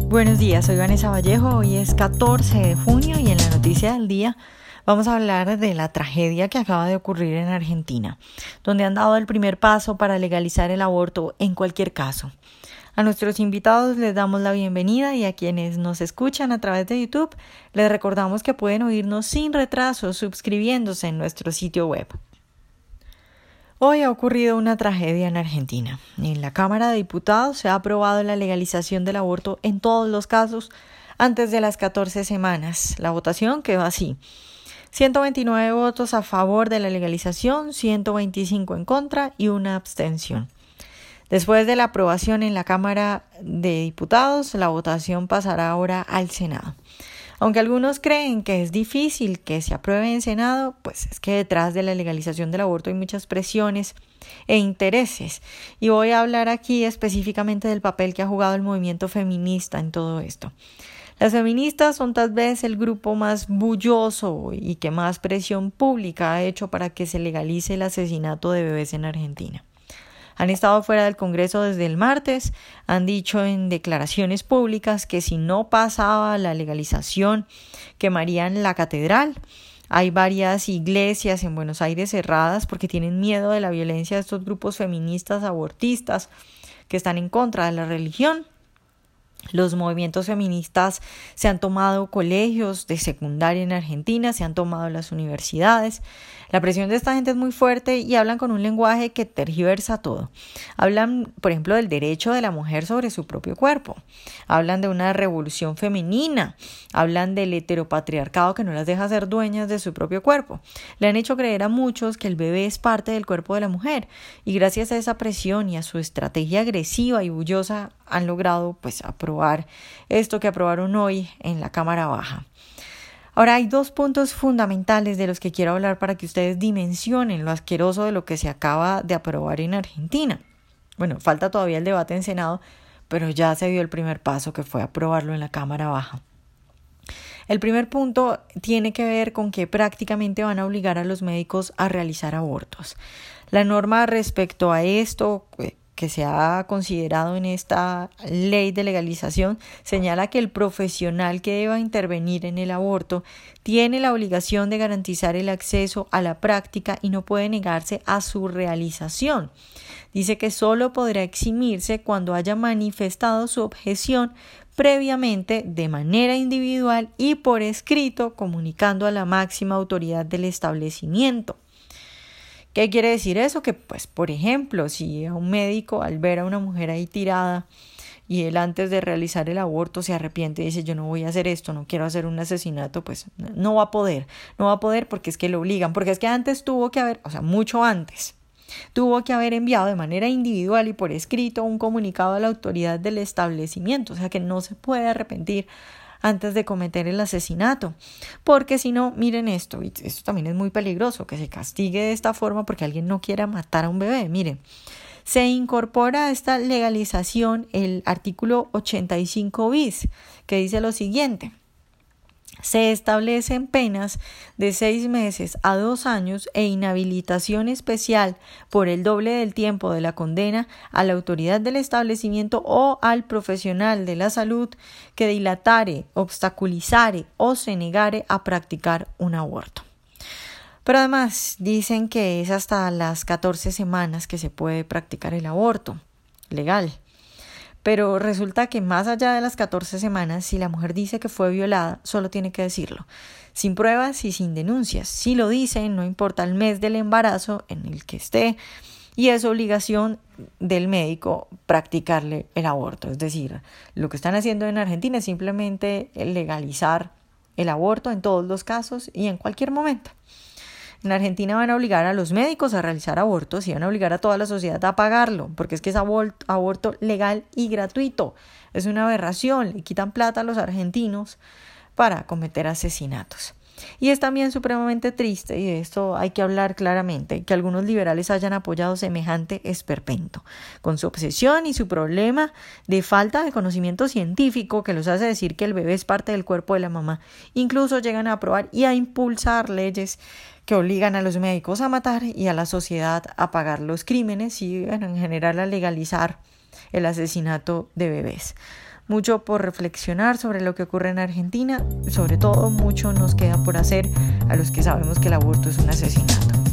Buenos días, soy Vanessa Vallejo, hoy es 14 de junio y en la noticia del día vamos a hablar de la tragedia que acaba de ocurrir en Argentina, donde han dado el primer paso para legalizar el aborto en cualquier caso. A nuestros invitados les damos la bienvenida y a quienes nos escuchan a través de YouTube les recordamos que pueden oírnos sin retraso suscribiéndose en nuestro sitio web. Hoy ha ocurrido una tragedia en Argentina. En la Cámara de Diputados se ha aprobado la legalización del aborto en todos los casos antes de las 14 semanas. La votación quedó así: 129 votos a favor de la legalización, 125 en contra y una abstención. Después de la aprobación en la Cámara de Diputados, la votación pasará ahora al Senado. Aunque algunos creen que es difícil que se apruebe en Senado, pues es que detrás de la legalización del aborto hay muchas presiones e intereses. Y voy a hablar aquí específicamente del papel que ha jugado el movimiento feminista en todo esto. Las feministas son tal vez el grupo más bulloso y que más presión pública ha hecho para que se legalice el asesinato de bebés en Argentina. Han estado fuera del Congreso desde el martes, han dicho en declaraciones públicas que si no pasaba la legalización quemarían la catedral. Hay varias iglesias en Buenos Aires cerradas porque tienen miedo de la violencia de estos grupos feministas abortistas que están en contra de la religión. Los movimientos feministas se han tomado colegios de secundaria en Argentina, se han tomado las universidades. La presión de esta gente es muy fuerte y hablan con un lenguaje que tergiversa todo. Hablan, por ejemplo, del derecho de la mujer sobre su propio cuerpo. Hablan de una revolución femenina. Hablan del heteropatriarcado que no las deja ser dueñas de su propio cuerpo. Le han hecho creer a muchos que el bebé es parte del cuerpo de la mujer. Y gracias a esa presión y a su estrategia agresiva y bullosa han logrado aprobar esto que aprobaron hoy en la Cámara Baja. Ahora hay dos puntos fundamentales de los que quiero hablar para que ustedes dimensionen lo asqueroso de lo que se acaba de aprobar en Argentina. Bueno, falta todavía el debate en Senado, pero ya se dio el primer paso que fue aprobarlo en la Cámara Baja. El primer punto tiene que ver con que prácticamente van a obligar a los médicos a realizar abortos. La norma respecto a esto que se ha considerado en esta ley de legalización señala que el profesional que deba intervenir en el aborto tiene la obligación de garantizar el acceso a la práctica y no puede negarse a su realización. Dice que solo podrá eximirse cuando haya manifestado su objeción previamente de manera individual y por escrito, comunicando a la máxima autoridad del establecimiento. ¿Qué quiere decir eso? Que por ejemplo, si a un médico al ver a una mujer ahí tirada y él antes de realizar el aborto se arrepiente y dice yo no voy a hacer esto, no quiero hacer un asesinato, no va a poder porque es que lo obligan, porque es que antes tuvo que haber, mucho antes, tuvo que haber enviado de manera individual y por escrito un comunicado a la autoridad del establecimiento, que no se puede arrepentir antes de cometer el asesinato, porque si no, miren esto, y esto también es muy peligroso, que se castigue de esta forma porque alguien no quiera matar a un bebé. Miren, se incorpora a esta legalización el artículo 85 bis, que dice lo siguiente: se establecen penas de 6 meses a 2 años e inhabilitación especial por el doble del tiempo de la condena a la autoridad del establecimiento o al profesional de la salud que dilatare, obstaculizare o se negare a practicar un aborto. Pero además dicen que es hasta las 14 semanas que se puede practicar el aborto legal. Pero resulta que más allá de las 14 semanas, si la mujer dice que fue violada, solo tiene que decirlo, sin pruebas y sin denuncias. Si lo dice, no importa el mes del embarazo en el que esté, y es obligación del médico practicarle el aborto. Es decir, lo que están haciendo en Argentina es simplemente legalizar el aborto en todos los casos y en cualquier momento. En Argentina van a obligar a los médicos a realizar abortos y van a obligar a toda la sociedad a pagarlo, porque es que es aborto legal y gratuito. Es una aberración, le quitan plata a los argentinos para cometer asesinatos. Y es también supremamente triste, y de esto hay que hablar claramente, que algunos liberales hayan apoyado semejante esperpento, con su obsesión y su problema de falta de conocimiento científico que los hace decir que el bebé es parte del cuerpo de la mamá. Incluso llegan a aprobar y a impulsar leyes que obligan a los médicos a matar y a la sociedad a pagar los crímenes y en general a legalizar el asesinato de bebés. mucho por reflexionar sobre lo que ocurre en Argentina, sobre todo mucho nos queda por hacer a los que sabemos que el aborto es un asesinato.